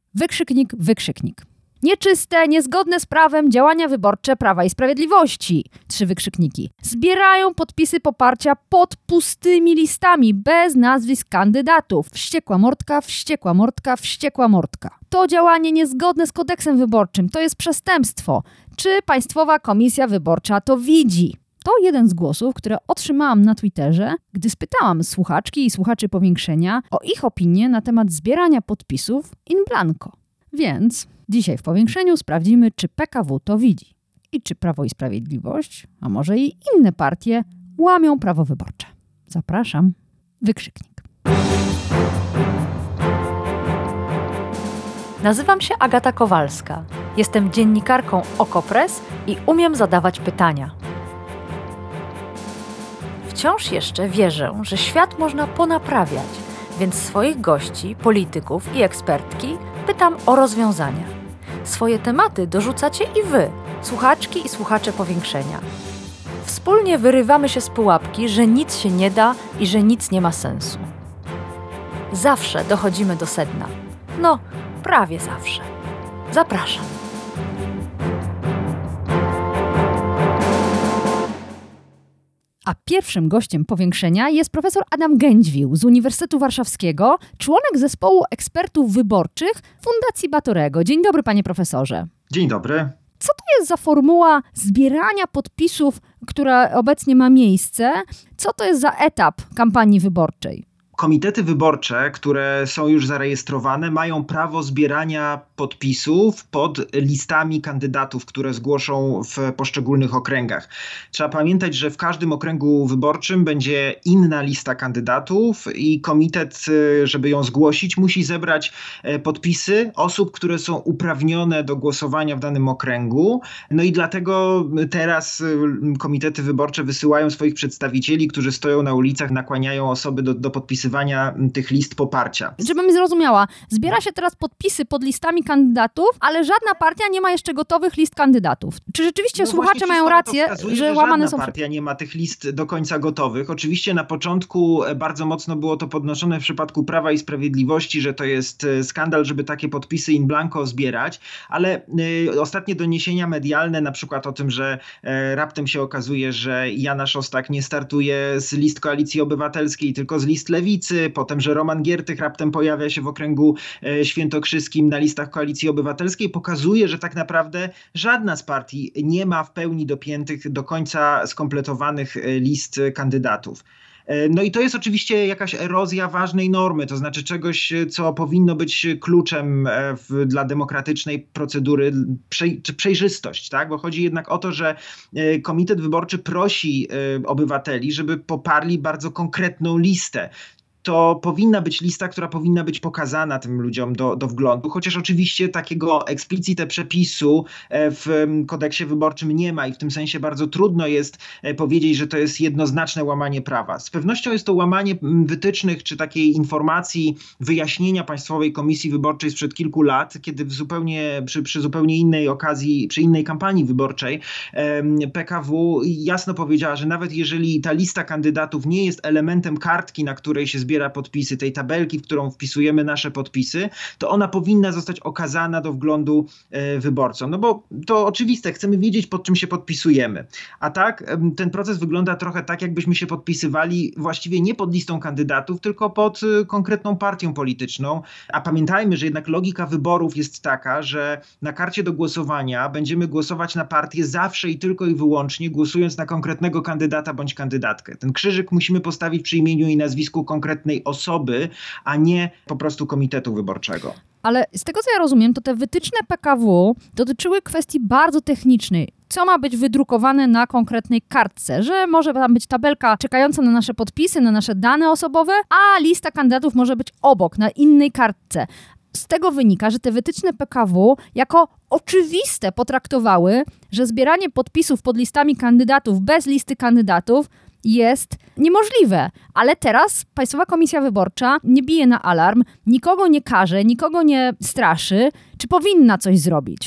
Wykrzyknik, wykrzyknik. Nieczyste, niezgodne z prawem działania wyborcze Prawa i Sprawiedliwości. 3 wykrzykniki. Zbierają podpisy poparcia pod pustymi listami, bez nazwisk kandydatów. Wściekła mordka, wściekła mordka, wściekła mordka. To działanie niezgodne z kodeksem wyborczym. To jest przestępstwo. Czy Państwowa Komisja Wyborcza to widzi? To jeden z głosów, które otrzymałam na Twitterze, gdy spytałam słuchaczki i słuchaczy Powiększenia o ich opinię na temat zbierania podpisów in blanco. Więc dzisiaj w Powiększeniu sprawdzimy, czy PKW to widzi i czy Prawo i Sprawiedliwość, a może i inne partie, łamią prawo wyborcze. Zapraszam. Wykrzyknik. Nazywam się Agata Kowalska. Jestem dziennikarką Okopres i umiem zadawać pytania. Wciąż jeszcze wierzę, że świat można ponaprawiać, więc swoich gości, polityków i ekspertki pytam o rozwiązania. Swoje tematy dorzucacie i wy, słuchaczki i słuchacze Powiększenia. Wspólnie wyrywamy się z pułapki, że nic się nie da i że nic nie ma sensu. Zawsze dochodzimy do sedna. No, prawie zawsze. Zapraszam. A pierwszym gościem Powiększenia jest profesor Adam Gędźwił z Uniwersytetu Warszawskiego, członek zespołu ekspertów wyborczych Fundacji Batorego. Dzień dobry, panie profesorze. Dzień dobry. Co to jest za formuła zbierania podpisów, która obecnie ma miejsce? Co to jest za etap kampanii wyborczej? Komitety wyborcze, które są już zarejestrowane, mają prawo zbierania podpisów pod listami kandydatów, które zgłoszą w poszczególnych okręgach. Trzeba pamiętać, że w każdym okręgu wyborczym będzie inna lista kandydatów i komitet, żeby ją zgłosić, musi zebrać podpisy osób, które są uprawnione do głosowania w danym okręgu. No i dlatego teraz komitety wyborcze wysyłają swoich przedstawicieli, którzy stoją na ulicach, nakłaniają osoby do podpisywania tych list poparcia. Żebym zrozumiała, zbiera się teraz podpisy pod listami kandydatów, ale żadna partia nie ma jeszcze gotowych list kandydatów. Czy rzeczywiście słuchacze mają rację, że łamane są... Żadna partia nie ma tych list do końca gotowych. Oczywiście na początku bardzo mocno było to podnoszone w przypadku Prawa i Sprawiedliwości, że to jest skandal, żeby takie podpisy in blanco zbierać, ale ostatnie doniesienia medialne, na przykład o tym, że raptem się okazuje, że Jana Szostak nie startuje z list Koalicji Obywatelskiej, tylko z list Lewicy, potem, że Roman Giertych raptem pojawia się w okręgu świętokrzyskim na listach Koalicji Obywatelskiej, pokazuje, że tak naprawdę żadna z partii nie ma w pełni dopiętych, do końca skompletowanych list kandydatów. No i to jest oczywiście jakaś erozja ważnej normy, to znaczy czegoś, co powinno być kluczem dla demokratycznej procedury, przejrzystość, tak? Bo chodzi jednak o to, że komitet wyborczy prosi obywateli, żeby poparli bardzo konkretną listę. To powinna być lista, która powinna być pokazana tym ludziom do wglądu, chociaż oczywiście takiego explicite przepisu w kodeksie wyborczym nie ma i w tym sensie bardzo trudno jest powiedzieć, że to jest jednoznaczne łamanie prawa. Z pewnością jest to łamanie wytycznych czy takiej informacji, wyjaśnienia Państwowej Komisji Wyborczej sprzed kilku lat, kiedy przy zupełnie innej okazji, przy innej kampanii wyborczej PKW jasno powiedziała, że nawet jeżeli ta lista kandydatów nie jest elementem kartki, na której się zbiera podpisy, tej tabelki, w którą wpisujemy nasze podpisy, to ona powinna zostać okazana do wglądu wyborcom. No bo to oczywiste, chcemy wiedzieć, pod czym się podpisujemy. A tak, ten proces wygląda trochę tak, jakbyśmy się podpisywali właściwie nie pod listą kandydatów, tylko pod konkretną partią polityczną. A pamiętajmy, że jednak logika wyborów jest taka, że na karcie do głosowania będziemy głosować na partię zawsze i tylko i wyłącznie głosując na konkretnego kandydata bądź kandydatkę. Ten krzyżyk musimy postawić przy imieniu i nazwisku konkretnej osoby, a nie po prostu komitetu wyborczego. Ale z tego, co ja rozumiem, to te wytyczne PKW dotyczyły kwestii bardzo technicznej. Co ma być wydrukowane na konkretnej kartce, że może tam być tabelka czekająca na nasze podpisy, na nasze dane osobowe, a lista kandydatów może być obok, na innej kartce. Z tego wynika, że te wytyczne PKW jako oczywiste potraktowały, że zbieranie podpisów pod listami kandydatów bez listy kandydatów jest niemożliwe. Ale teraz Państwowa Komisja Wyborcza nie bije na alarm, nikogo nie karze, nikogo nie straszy. Czy powinna coś zrobić?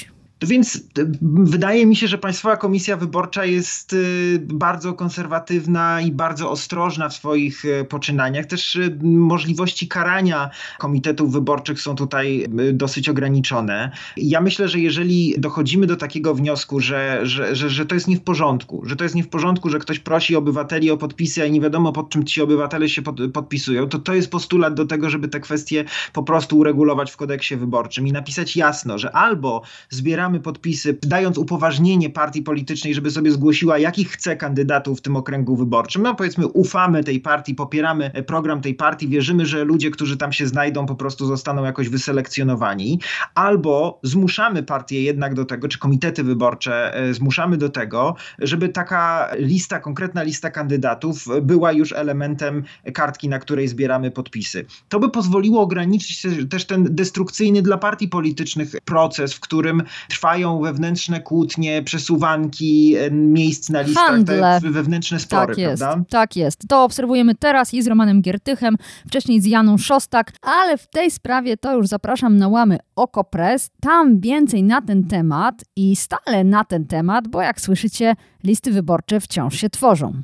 Więc wydaje mi się, że Państwowa Komisja Wyborcza jest bardzo konserwatywna i bardzo ostrożna w swoich poczynaniach. Też możliwości karania komitetów wyborczych są tutaj dosyć ograniczone. Ja myślę, że jeżeli dochodzimy do takiego wniosku, że to jest nie w porządku, że ktoś prosi obywateli o podpisy, a nie wiadomo pod czym ci obywatele się podpisują, to jest postulat do tego, żeby te kwestie po prostu uregulować w kodeksie wyborczym i napisać jasno, że albo zbieramy podpisy, dając upoważnienie partii politycznej, żeby sobie zgłosiła, jakich chce kandydatów w tym okręgu wyborczym. No powiedzmy, ufamy tej partii, popieramy program tej partii, wierzymy, że ludzie, którzy tam się znajdą, po prostu zostaną jakoś wyselekcjonowani. Albo zmuszamy partię jednak do tego, czy komitety wyborcze zmuszamy do tego, żeby taka lista, konkretna lista kandydatów była już elementem kartki, na której zbieramy podpisy. To by pozwoliło ograniczyć też ten destrukcyjny dla partii politycznych proces, w którym trwają wewnętrzne kłótnie, przesuwanki miejsc na listach, wewnętrzne spory, prawda? Tak jest. To obserwujemy teraz i z Romanem Giertychem, wcześniej z Janą Szostak, ale w tej sprawie to już zapraszam na łamy OKO.press. Tam więcej na ten temat i stale na ten temat, bo jak słyszycie, listy wyborcze wciąż się tworzą.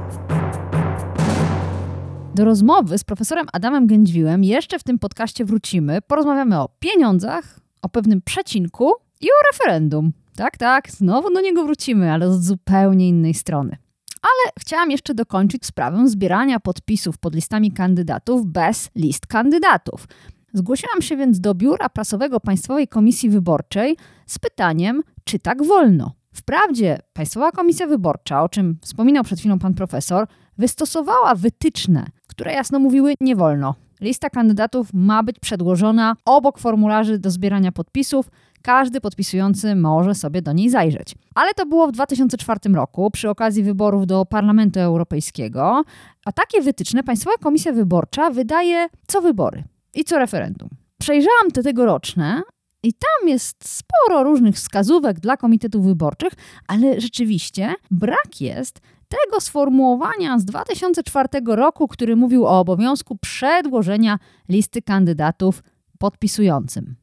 Do rozmowy z profesorem Adamem Gędźwiłem jeszcze w tym podcaście wrócimy. Porozmawiamy o pieniądzach, o pewnym przecinku i o referendum. Tak, znowu do niego wrócimy, ale z zupełnie innej strony. Ale chciałam jeszcze dokończyć sprawę zbierania podpisów pod listami kandydatów bez list kandydatów. Zgłosiłam się więc do Biura Prasowego Państwowej Komisji Wyborczej z pytaniem, czy tak wolno. Wprawdzie Państwowa Komisja Wyborcza, o czym wspominał przed chwilą pan profesor, wystosowała wytyczne, które jasno mówiły nie wolno. Lista kandydatów ma być przedłożona obok formularzy do zbierania podpisów. Każdy podpisujący może sobie do niej zajrzeć. Ale to było w 2004 roku przy okazji wyborów do Parlamentu Europejskiego, a takie wytyczne Państwowa Komisja Wyborcza wydaje co wybory i co referendum. Przejrzałam te tegoroczne i tam jest sporo różnych wskazówek dla komitetów wyborczych, ale rzeczywiście brak jest tego sformułowania z 2004 roku, który mówił o obowiązku przedłożenia listy kandydatów podpisującym.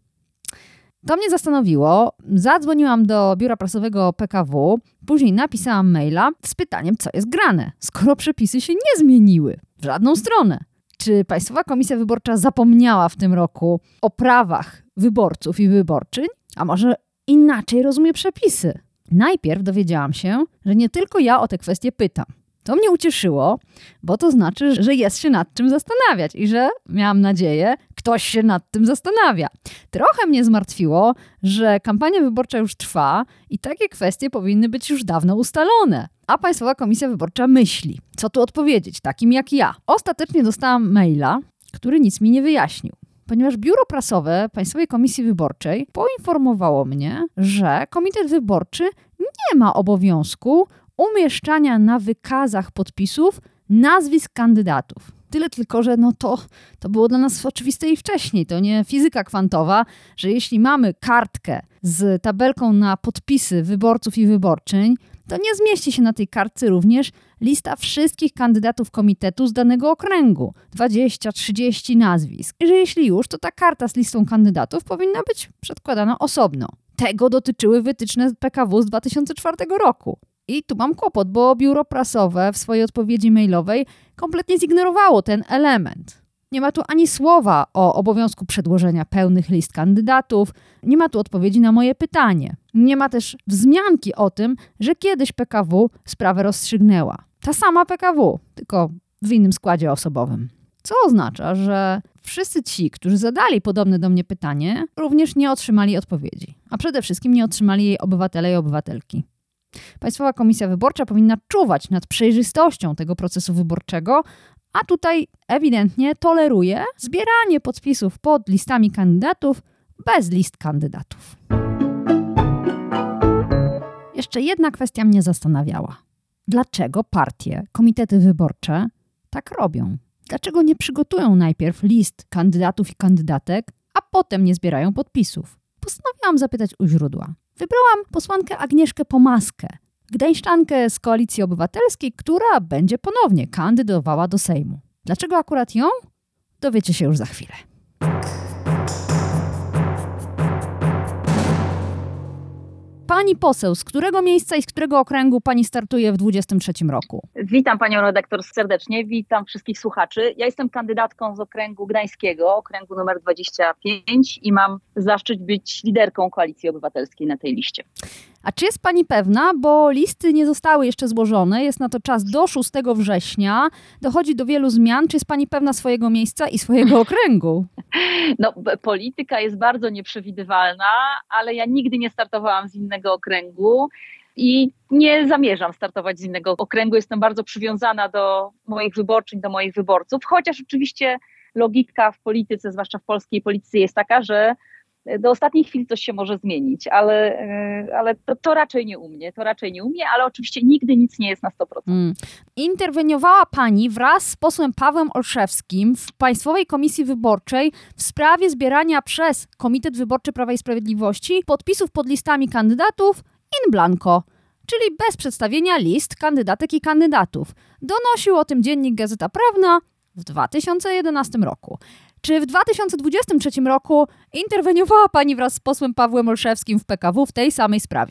To mnie zastanowiło. Zadzwoniłam do Biura Prasowego PKW, później napisałam maila z pytaniem, co jest grane, skoro przepisy się nie zmieniły w żadną stronę. Czy Państwowa Komisja Wyborcza zapomniała w tym roku o prawach wyborców i wyborczyń? A może inaczej rozumie przepisy? Najpierw dowiedziałam się, że nie tylko ja o te kwestie pytam. To mnie ucieszyło, bo to znaczy, że jest się nad czym zastanawiać i że, miałam nadzieję, ktoś się nad tym zastanawia. Trochę mnie zmartwiło, że kampania wyborcza już trwa i takie kwestie powinny być już dawno ustalone. A Państwowa Komisja Wyborcza myśli, co tu odpowiedzieć takim jak ja. Ostatecznie dostałam maila, który nic mi nie wyjaśnił. Ponieważ Biuro Prasowe Państwowej Komisji Wyborczej poinformowało mnie, że Komitet Wyborczy nie ma obowiązku umieszczania na wykazach podpisów nazwisk kandydatów. Tyle tylko, że to było dla nas oczywiste i wcześniej. To nie fizyka kwantowa, że jeśli mamy kartkę z tabelką na podpisy wyborców i wyborczyń, to nie zmieści się na tej kartce również lista wszystkich kandydatów komitetu z danego okręgu. 20-30 nazwisk. I że jeśli już, to ta karta z listą kandydatów powinna być przedkładana osobno. Tego dotyczyły wytyczne PKW z 2004 roku. I tu mam kłopot, bo Biuro Prasowe w swojej odpowiedzi mailowej kompletnie zignorowało ten element. Nie ma tu ani słowa o obowiązku przedłożenia pełnych list kandydatów, nie ma tu odpowiedzi na moje pytanie. Nie ma też wzmianki o tym, że kiedyś PKW sprawę rozstrzygnęła. Ta sama PKW, tylko w innym składzie osobowym. Co oznacza, że wszyscy ci, którzy zadali podobne do mnie pytanie, również nie otrzymali odpowiedzi. A przede wszystkim nie otrzymali jej obywatele i obywatelki. Państwowa Komisja Wyborcza powinna czuwać nad przejrzystością tego procesu wyborczego, a tutaj ewidentnie toleruje zbieranie podpisów pod listami kandydatów bez list kandydatów. Jeszcze jedna kwestia mnie zastanawiała. Dlaczego partie, komitety wyborcze tak robią? Dlaczego nie przygotują najpierw list kandydatów i kandydatek, a potem nie zbierają podpisów? Postanowiłam zapytać u źródła. Wybrałam posłankę Agnieszkę Pomaskę, gdańszczankę z Koalicji Obywatelskiej, która będzie ponownie kandydowała do Sejmu. Dlaczego akurat ją? Dowiecie się już za chwilę. Pani poseł, z którego miejsca i z którego okręgu pani startuje w 2023 roku? Witam panią redaktor serdecznie, witam wszystkich słuchaczy. Ja jestem kandydatką z okręgu gdańskiego, okręgu numer 25 i mam zaszczyt być liderką Koalicji Obywatelskiej na tej liście. A czy jest pani pewna, bo listy nie zostały jeszcze złożone, jest na to czas do 6 września, dochodzi do wielu zmian, czy jest pani pewna swojego miejsca i swojego okręgu? No, polityka jest bardzo nieprzewidywalna, ale ja nigdy nie startowałam z innego okręgu i nie zamierzam startować z innego okręgu. Jestem bardzo przywiązana do moich wyborczyń, do moich wyborców, chociaż oczywiście logika w polityce, zwłaszcza w polskiej polityce jest taka, że do ostatniej chwili coś się może zmienić, ale to raczej nie u mnie, ale oczywiście nigdy nic nie jest na 100%. Interweniowała pani wraz z posłem Pawłem Olszewskim w Państwowej Komisji Wyborczej w sprawie zbierania przez Komitet Wyborczy Prawa i Sprawiedliwości podpisów pod listami kandydatów in blanco, czyli bez przedstawienia list kandydatek i kandydatów. Donosił o tym dziennik Gazeta Prawna w 2011 roku. Czy w 2023 roku interweniowała pani wraz z posłem Pawłem Olszewskim w PKW w tej samej sprawie?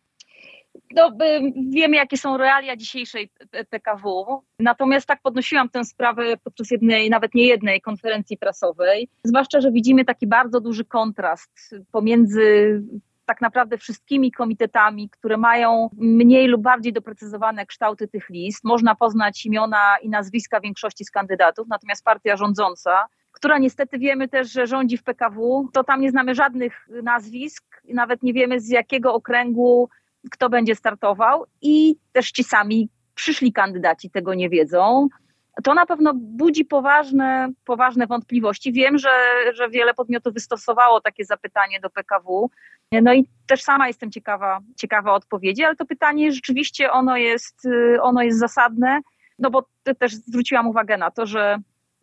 No, wiemy, jakie są realia dzisiejszej PKW, natomiast tak podnosiłam tę sprawę podczas jednej, nawet nie jednej konferencji prasowej, zwłaszcza, że widzimy taki bardzo duży kontrast pomiędzy tak naprawdę wszystkimi komitetami, które mają mniej lub bardziej doprecyzowane kształty tych list. Można poznać imiona i nazwiska większości z kandydatów, natomiast partia rządząca, która niestety wiemy też, że rządzi w PKW, to tam nie znamy żadnych nazwisk, nawet nie wiemy z jakiego okręgu kto będzie startował i też ci sami przyszli kandydaci tego nie wiedzą. To na pewno budzi poważne wątpliwości. Wiem, że wiele podmiotów wystosowało takie zapytanie do PKW. No i też sama jestem ciekawa odpowiedzi, ale to pytanie rzeczywiście ono jest zasadne, no bo też zwróciłam uwagę na to, że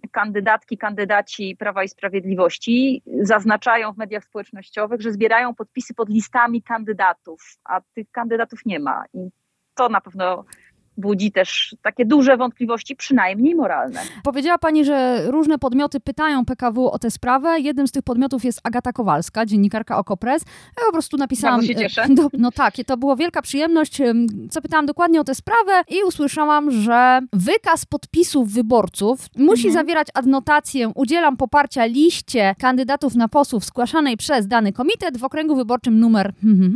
kandydaci Prawa i Sprawiedliwości zaznaczają w mediach społecznościowych, że zbierają podpisy pod listami kandydatów, a tych kandydatów nie ma. I to na pewno budzi też takie duże wątpliwości, przynajmniej moralne. Powiedziała pani, że różne podmioty pytają PKW o tę sprawę. Jednym z tych podmiotów jest Agata Kowalska, dziennikarka Okopres. Ja po prostu napisałam... Bardzo się cieszę. No tak, to była wielka przyjemność. Zapytałam dokładnie o tę sprawę i usłyszałam, że wykaz podpisów wyborców musi zawierać adnotację udzielam poparcia liście kandydatów na posłów zgłaszanej przez dany komitet w okręgu wyborczym numer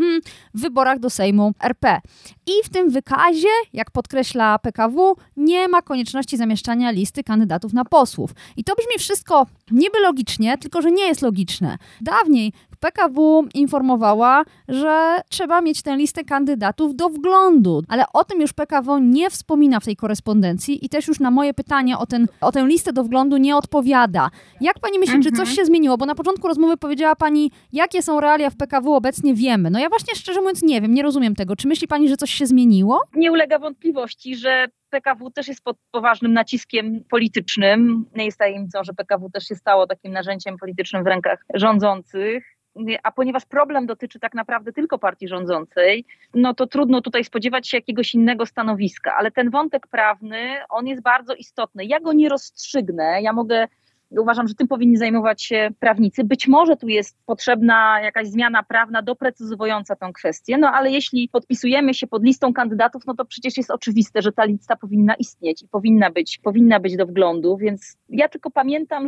w wyborach do Sejmu RP. I w tym wykazie, jak podkreśla PKW, nie ma konieczności zamieszczania listy kandydatów na posłów. I to brzmi wszystko niby logicznie, tylko że nie jest logiczne. Dawniej PKW informowała, że trzeba mieć tę listę kandydatów do wglądu, ale o tym już PKW nie wspomina w tej korespondencji i też już na moje pytanie o tę listę do wglądu nie odpowiada. Jak pani myśli, czy coś się zmieniło? Bo na początku rozmowy powiedziała pani, jakie są realia w PKW obecnie wiemy. No ja właśnie szczerze mówiąc nie wiem, nie rozumiem tego. Czy myśli pani, że coś się zmieniło? Nie ulega wątpliwości, że PKW też jest pod poważnym naciskiem politycznym. Nie jest tajemnicą, że PKW też się stało takim narzędziem politycznym w rękach rządzących. A ponieważ problem dotyczy tak naprawdę tylko partii rządzącej, no to trudno tutaj spodziewać się jakiegoś innego stanowiska. Ale ten wątek prawny, on jest bardzo istotny. Ja go nie rozstrzygnę. Uważam, że tym powinni zajmować się prawnicy. Być może tu jest potrzebna jakaś zmiana prawna doprecyzowująca tę kwestię, no ale jeśli podpisujemy się pod listą kandydatów, no to przecież jest oczywiste, że ta lista powinna istnieć i powinna być do wglądu, więc ja tylko pamiętam,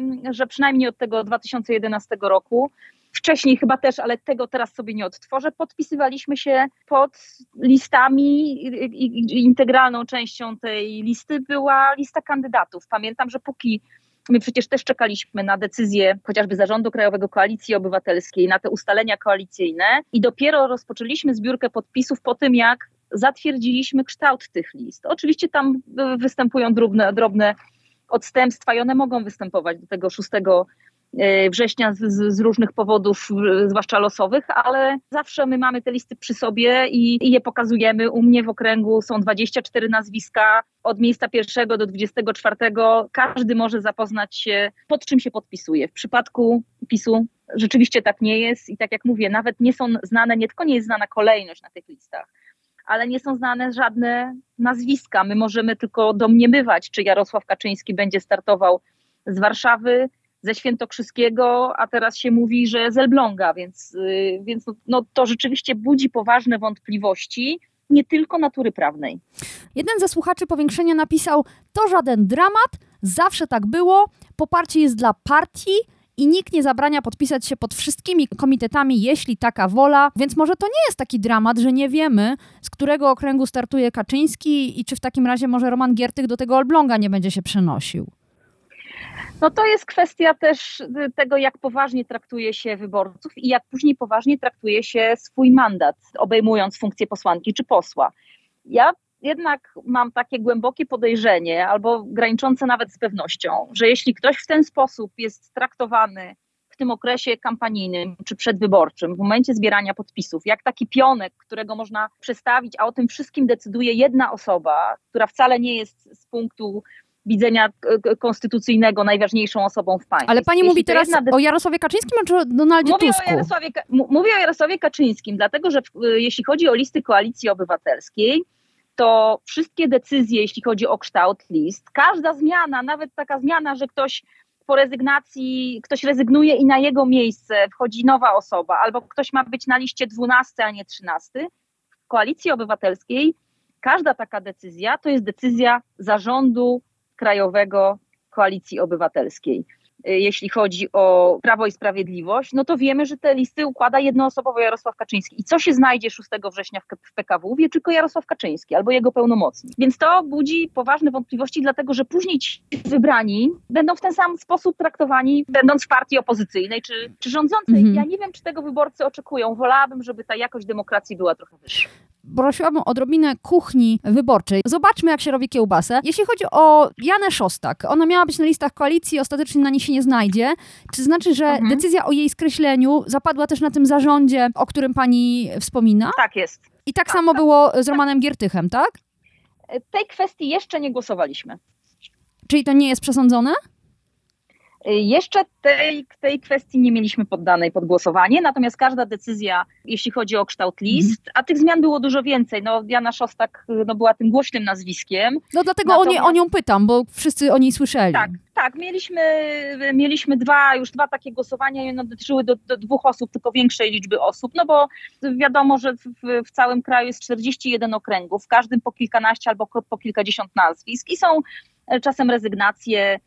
że przynajmniej od tego 2011 roku, wcześniej chyba też, ale tego teraz sobie nie odtworzę, podpisywaliśmy się pod listami i integralną częścią tej listy była lista kandydatów. Pamiętam, że my przecież też czekaliśmy na decyzję chociażby Zarządu Krajowego Koalicji Obywatelskiej, na te ustalenia koalicyjne i dopiero rozpoczęliśmy zbiórkę podpisów po tym, jak zatwierdziliśmy kształt tych list. Oczywiście tam występują drobne odstępstwa i one mogą występować do tego 6 września z różnych powodów, zwłaszcza losowych, ale zawsze my mamy te listy przy sobie i je pokazujemy. U mnie w okręgu są 24 nazwiska, od miejsca 1 do 24. Każdy może zapoznać się, pod czym się podpisuje. W przypadku PiS-u rzeczywiście tak nie jest i tak jak mówię, nawet nie są znane, nie tylko nie jest znana kolejność na tych listach, ale nie są znane żadne nazwiska. My możemy tylko domniemywać, czy Jarosław Kaczyński będzie startował z Warszawy, ze Świętokrzyskiego, a teraz się mówi, że z Elbląga, więc to rzeczywiście budzi poważne wątpliwości, nie tylko natury prawnej. Jeden ze słuchaczy Powiększenia napisał: to żaden dramat, zawsze tak było, poparcie jest dla partii i nikt nie zabrania podpisać się pod wszystkimi komitetami, jeśli taka wola, więc może to nie jest taki dramat, że nie wiemy, z którego okręgu startuje Kaczyński i czy w takim razie może Roman Giertych do tego Elbląga nie będzie się przenosił. No to jest kwestia też tego, jak poważnie traktuje się wyborców i jak później poważnie traktuje się swój mandat, obejmując funkcję posłanki czy posła. Ja jednak mam takie głębokie podejrzenie, albo graniczące nawet z pewnością, że jeśli ktoś w ten sposób jest traktowany w tym okresie kampanijnym czy przedwyborczym, w momencie zbierania podpisów, jak taki pionek, którego można przestawić, a o tym wszystkim decyduje jedna osoba, która wcale nie jest z punktu widzenia konstytucyjnego najważniejszą osobą w państwie. Ale pani mówi teraz o Jarosławie Kaczyńskim czy o Donaldzie Tusku? Mówię o Jarosławie Kaczyńskim, dlatego że jeśli chodzi o listy Koalicji Obywatelskiej, to wszystkie decyzje, jeśli chodzi o kształt list, każda zmiana, nawet taka zmiana, że ktoś po rezygnacji, ktoś rezygnuje i na jego miejsce wchodzi nowa osoba, albo ktoś ma być na liście 12, a nie 13, w Koalicji Obywatelskiej każda taka decyzja to jest decyzja zarządu krajowego Koalicji Obywatelskiej. Jeśli chodzi o Prawo i Sprawiedliwość, no to wiemy, że te listy układa jednoosobowo Jarosław Kaczyński. I co się znajdzie 6 września w PKW, wie tylko Jarosław Kaczyński albo jego pełnomocnik. Więc to budzi poważne wątpliwości, dlatego że później ci wybrani będą w ten sam sposób traktowani, będąc w partii opozycyjnej czy rządzącej. Ja nie wiem, czy tego wyborcy oczekują. Wolałabym, żeby ta jakość demokracji była trochę wyższa. Prosiłabym o odrobinę kuchni wyborczej. Zobaczmy, jak się robi kiełbasę. Jeśli chodzi o Janę Szostak, ona miała być na listach koalicji, ostatecznie na niej się nie znajdzie. Czy znaczy, że decyzja o jej skreśleniu zapadła też na tym zarządzie, o którym pani wspomina? Tak jest. I tak samo było z Romanem Giertychem, tak? Tej kwestii jeszcze nie głosowaliśmy. Czyli to nie jest przesądzone? Jeszcze tej kwestii nie mieliśmy poddanej pod głosowanie, natomiast każda decyzja, jeśli chodzi o kształt list, a tych zmian było dużo więcej. No, Jana Szostak była tym głośnym nazwiskiem. No dlatego o nią pytam, bo wszyscy o niej słyszeli. Tak, mieliśmy dwa takie głosowania i one dotyczyły do 2 osób, tylko większej liczby osób, no bo wiadomo, że w całym kraju jest 41 okręgów, w każdym po kilkanaście albo po kilkadziesiąt nazwisk i są czasem rezygnacje,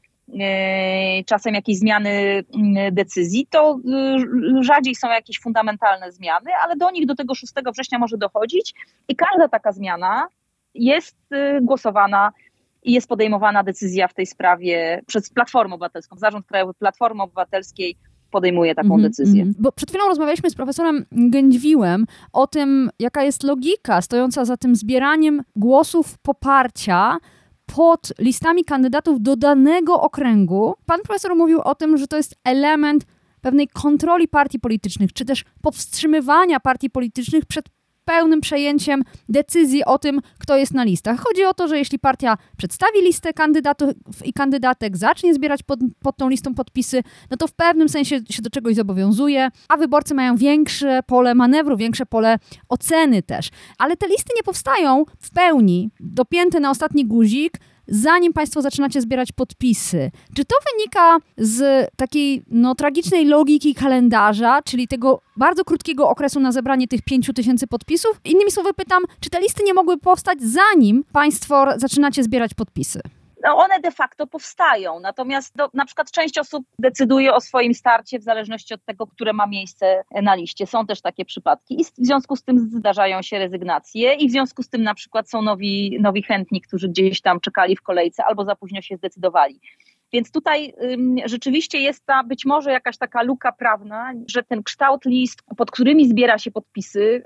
czasem jakieś zmiany decyzji, to rzadziej są jakieś fundamentalne zmiany, ale do tego 6 września może dochodzić i każda taka zmiana jest głosowana i jest podejmowana decyzja w tej sprawie przez Platformę Obywatelską. Zarząd Krajowy Platformy Obywatelskiej podejmuje taką decyzję. Bo przed chwilą rozmawialiśmy z profesorem Gędźwiłem o tym, jaka jest logika stojąca za tym zbieraniem głosów poparcia pod listami kandydatów do danego okręgu. Pan profesor mówił o tym, że to jest element pewnej kontroli partii politycznych, czy też powstrzymywania partii politycznych przed pełnym przejęciem decyzji o tym, kto jest na listach. Chodzi o to, że jeśli partia przedstawi listę kandydatów i kandydatek, zacznie zbierać pod tą listą podpisy, no to w pewnym sensie się do czegoś zobowiązuje, a wyborcy mają większe pole manewru, większe pole oceny też. Ale te listy nie powstają w pełni, dopięte na ostatni guzik, zanim państwo zaczynacie zbierać podpisy. Czy to wynika z takiej tragicznej logiki kalendarza, czyli tego bardzo krótkiego okresu na zebranie tych 5 000 podpisów? Innymi słowy pytam, czy te listy nie mogły powstać, zanim państwo zaczynacie zbierać podpisy? No one de facto powstają, natomiast na przykład część osób decyduje o swoim starcie w zależności od tego, które ma miejsce na liście. Są też takie przypadki i w związku z tym zdarzają się rezygnacje i w związku z tym na przykład są nowi chętni, którzy gdzieś tam czekali w kolejce albo za późno się zdecydowali. Więc tutaj rzeczywiście jest być może jakaś taka luka prawna, że ten kształt list, pod którymi zbiera się podpisy,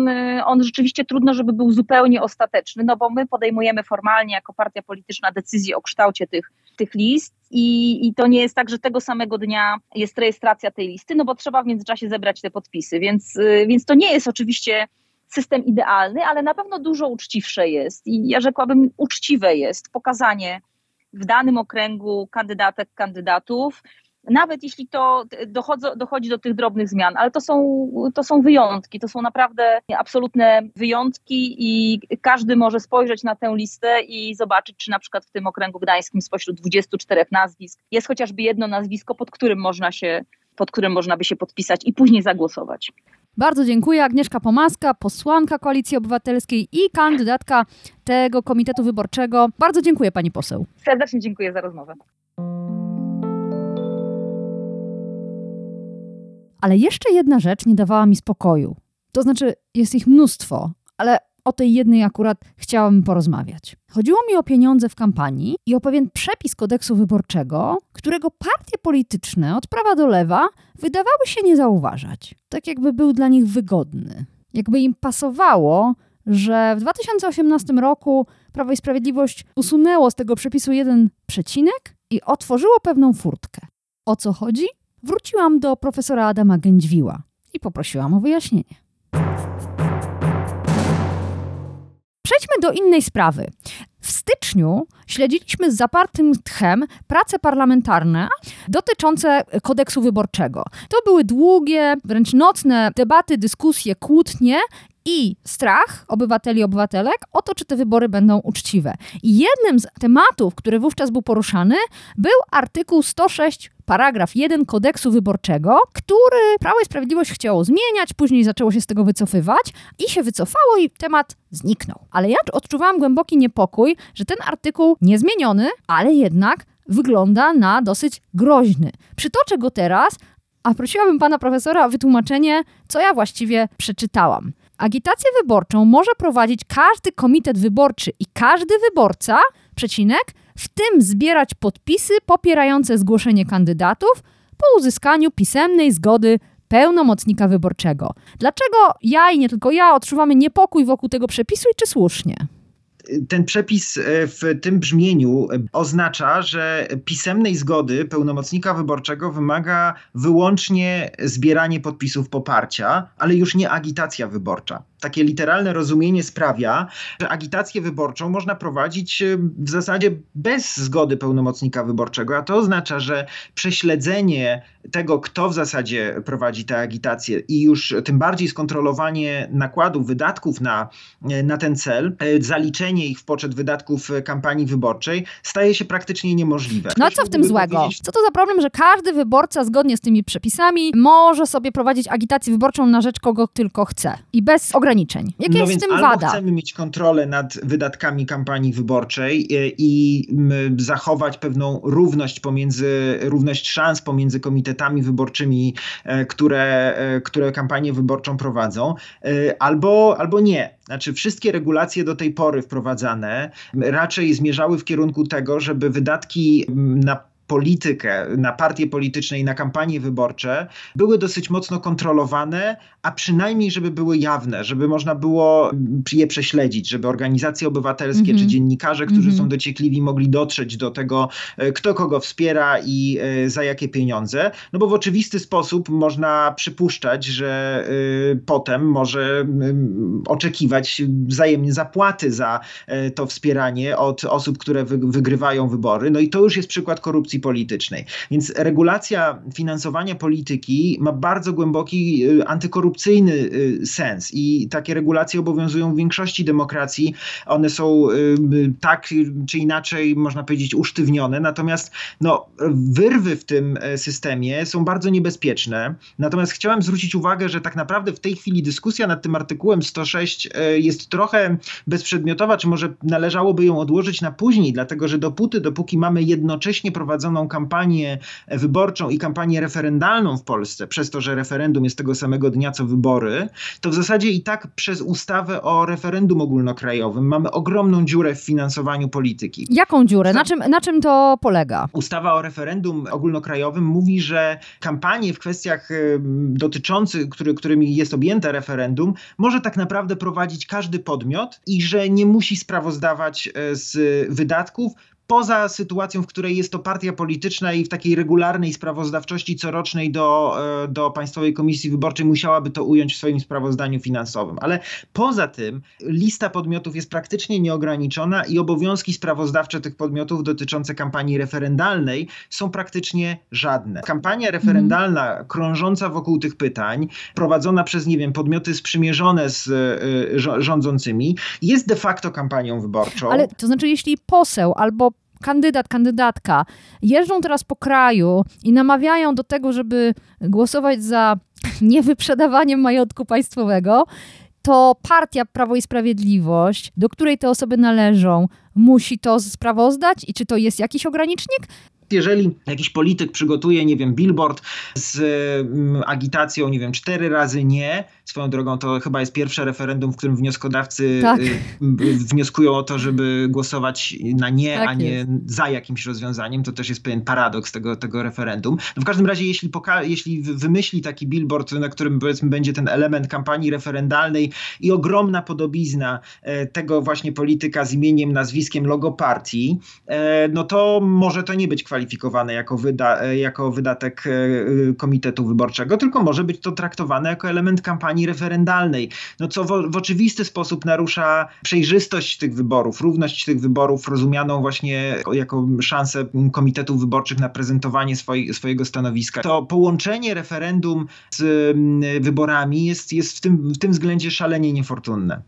on rzeczywiście trudno, żeby był zupełnie ostateczny, no bo my podejmujemy formalnie jako partia polityczna decyzję o kształcie tych list i to nie jest tak, że tego samego dnia jest rejestracja tej listy, no bo trzeba w międzyczasie zebrać te podpisy, więc to nie jest oczywiście system idealny, ale na pewno dużo uczciwsze jest i ja rzekłabym uczciwe jest pokazanie w danym okręgu kandydatek, kandydatów, nawet jeśli to dochodzi do tych drobnych zmian, ale to są wyjątki, to są naprawdę absolutne wyjątki i każdy może spojrzeć na tę listę i zobaczyć, czy na przykład w tym okręgu gdańskim spośród 24 nazwisk jest chociażby jedno nazwisko, pod którym można by się podpisać i później zagłosować. Bardzo dziękuję. Agnieszka Pomaska, posłanka Koalicji Obywatelskiej i kandydatka tego komitetu wyborczego. Bardzo dziękuję pani poseł. Serdecznie dziękuję za rozmowę. Ale jeszcze jedna rzecz nie dawała mi spokoju. To znaczy, jest ich mnóstwo, ale o tej jednej akurat chciałabym porozmawiać. Chodziło mi o pieniądze w kampanii i o pewien przepis kodeksu wyborczego, którego partie polityczne od prawa do lewa wydawały się nie zauważać. Tak jakby był dla nich wygodny. Jakby im pasowało, że w 2018 roku Prawo i Sprawiedliwość usunęło z tego przepisu jeden przecinek i otworzyło pewną furtkę. O co chodzi? Wróciłam do profesora Adama Gędźwiła i poprosiłam o wyjaśnienie. Przejdźmy do innej sprawy. W styczniu śledziliśmy z zapartym tchem prace parlamentarne dotyczące kodeksu wyborczego. To były długie, wręcz nocne debaty, dyskusje, kłótnie i strach obywateli i obywatelek o to, czy te wybory będą uczciwe. I jednym z tematów, który wówczas był poruszany, był artykuł 106 paragraf 1 kodeksu wyborczego, który Prawo i Sprawiedliwość chciało zmieniać, później zaczęło się z tego wycofywać i się wycofało i temat zniknął. Ale ja odczuwałam głęboki niepokój, że ten artykuł niezmieniony, ale jednak wygląda na dosyć groźny. Przytoczę go teraz, a prosiłabym pana profesora o wytłumaczenie, co ja właściwie przeczytałam. Agitację wyborczą może prowadzić każdy komitet wyborczy i każdy wyborca, w tym zbierać podpisy popierające zgłoszenie kandydatów po uzyskaniu pisemnej zgody pełnomocnika wyborczego. Dlaczego ja i nie tylko ja odczuwamy niepokój wokół tego przepisu i czy słusznie? Ten przepis w tym brzmieniu oznacza, że pisemnej zgody pełnomocnika wyborczego wymaga wyłącznie zbieranie podpisów poparcia, ale już nie agitacja wyborcza. Takie literalne rozumienie sprawia, że agitację wyborczą można prowadzić w zasadzie bez zgody pełnomocnika wyborczego, a to oznacza, że prześledzenie tego, kto w zasadzie prowadzi tę agitację i już tym bardziej skontrolowanie nakładów, wydatków na ten cel, zaliczenie ich w poczet wydatków kampanii wyborczej staje się praktycznie niemożliwe. No a co w tym złego? Co to za problem, że każdy wyborca zgodnie z tymi przepisami może sobie prowadzić agitację wyborczą na rzecz kogo tylko chce i bez ograniczeń? Jaka jest w tym albo wada? Chcemy mieć kontrolę nad wydatkami kampanii wyborczej i zachować pewną równość szans pomiędzy komitetami wyborczymi, które kampanię wyborczą prowadzą, albo nie. Znaczy wszystkie regulacje do tej pory wprowadzane raczej zmierzały w kierunku tego, żeby wydatki na politykę, na partie polityczne i na kampanie wyborcze były dosyć mocno kontrolowane, a przynajmniej żeby były jawne, żeby można było je prześledzić, żeby organizacje obywatelskie czy dziennikarze, którzy są dociekliwi, mogli dotrzeć do tego, kto kogo wspiera i za jakie pieniądze. No bo w oczywisty sposób można przypuszczać, że potem może oczekiwać wzajemnie zapłaty za to wspieranie od osób, które wygrywają wybory. No i to już jest przykład korupcji politycznej. Więc regulacja finansowania polityki ma bardzo głęboki antykorupcyjny sens i takie regulacje obowiązują w większości demokracji. One są tak czy inaczej, można powiedzieć, usztywnione. Natomiast wyrwy w tym systemie są bardzo niebezpieczne. Natomiast chciałem zwrócić uwagę, że tak naprawdę w tej chwili dyskusja nad tym artykułem 106 jest trochę bezprzedmiotowa, czy może należałoby ją odłożyć na później, dlatego że dopóki mamy jednocześnie prowadzoną kampanię wyborczą i kampanię referendalną w Polsce, przez to, że referendum jest tego samego dnia co wybory, to w zasadzie i tak przez ustawę o referendum ogólnokrajowym mamy ogromną dziurę w finansowaniu polityki. Jaką dziurę? Na czym to polega? Ustawa o referendum ogólnokrajowym mówi, że kampanie w kwestiach dotyczących, którymi jest objęte referendum, może tak naprawdę prowadzić każdy podmiot i że nie musi sprawozdawać z wydatków, poza sytuacją, w której jest to partia polityczna i w takiej regularnej sprawozdawczości corocznej do Państwowej Komisji Wyborczej musiałaby to ująć w swoim sprawozdaniu finansowym. Ale poza tym lista podmiotów jest praktycznie nieograniczona i obowiązki sprawozdawcze tych podmiotów dotyczące kampanii referendalnej są praktycznie żadne. Kampania referendalna krążąca wokół tych pytań, prowadzona przez, podmioty sprzymierzone z rządzącymi, jest de facto kampanią wyborczą. Ale to znaczy, jeśli poseł albo kandydatka jeżdżą teraz po kraju i namawiają do tego, żeby głosować za niewyprzedawaniem majątku państwowego, to partia Prawo i Sprawiedliwość, do której te osoby należą, musi to sprawozdać i czy to jest jakiś ogranicznik? Jeżeli jakiś polityk przygotuje, billboard z agitacją, 4 razy nie, swoją drogą to chyba jest pierwsze referendum, w którym wnioskodawcy wnioskują o to, żeby głosować na nie, tak, a nie za jakimś rozwiązaniem. To też jest pewien paradoks tego referendum. No w każdym razie, jeśli wymyśli taki billboard, na którym powiedzmy będzie ten element kampanii referendalnej i ogromna podobizna tego właśnie polityka z imieniem, nazwiskiem, logo partii, no to może to nie być kwalifikowane jako wydatek Komitetu Wyborczego, tylko może być to traktowane jako element kampanii referendalnej, no co w oczywisty sposób narusza przejrzystość tych wyborów, równość tych wyborów rozumianą właśnie jako szansę komitetów wyborczych na prezentowanie swojego stanowiska. To połączenie referendum z wyborami jest w tym względzie szalenie niefortunne.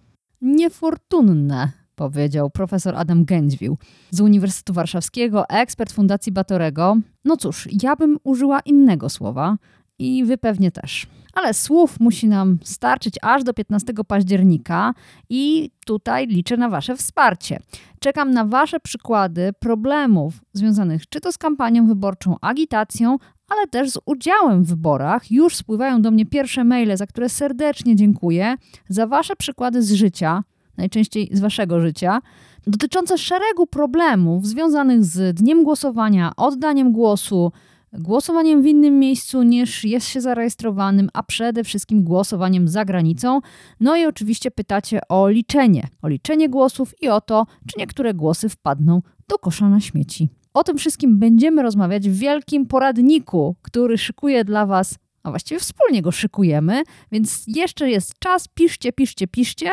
Niefortunne, powiedział profesor Adam Gędźwił z Uniwersytetu Warszawskiego, ekspert Fundacji Batorego. No cóż, ja bym użyła innego słowa i wy pewnie też. Ale słów musi nam starczyć aż do 15 października i tutaj liczę na wasze wsparcie. Czekam na wasze przykłady problemów związanych czy to z kampanią wyborczą, agitacją, ale też z udziałem w wyborach. Już spływają do mnie pierwsze maile, za które serdecznie dziękuję, za wasze przykłady z życia, najczęściej z waszego życia, dotyczące szeregu problemów związanych z dniem głosowania, oddaniem głosu, głosowaniem w innym miejscu niż jest się zarejestrowanym, a przede wszystkim głosowaniem za granicą. No i oczywiście pytacie o liczenie głosów i o to, czy niektóre głosy wpadną do kosza na śmieci. O tym wszystkim będziemy rozmawiać w wielkim poradniku, który szykuję dla was, a właściwie wspólnie go szykujemy, więc jeszcze jest czas, piszcie.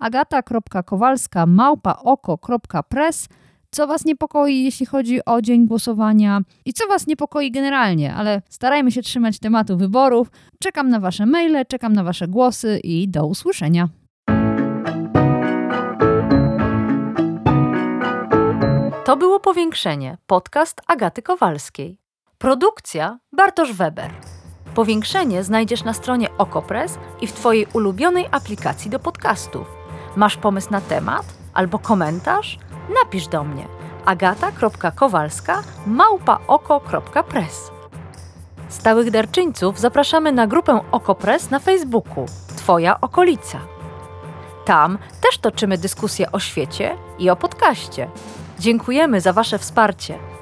agata.kowalska@oko.press. Co was niepokoi, jeśli chodzi o dzień głosowania i co was niepokoi generalnie, ale starajmy się trzymać tematu wyborów. Czekam na wasze maile, czekam na wasze głosy i do usłyszenia. To było Powiększenie, podcast Agaty Kowalskiej. Produkcja Bartosz Weber. Powiększenie znajdziesz na stronie OkoPress i w twojej ulubionej aplikacji do podcastów. Masz pomysł na temat albo komentarz? Napisz do mnie agata.kowalska@oko.press. Stałych darczyńców zapraszamy na grupę OkoPress na Facebooku Twoja okolica. Tam też toczymy dyskusje o świecie i o podcaście. Dziękujemy za wasze wsparcie.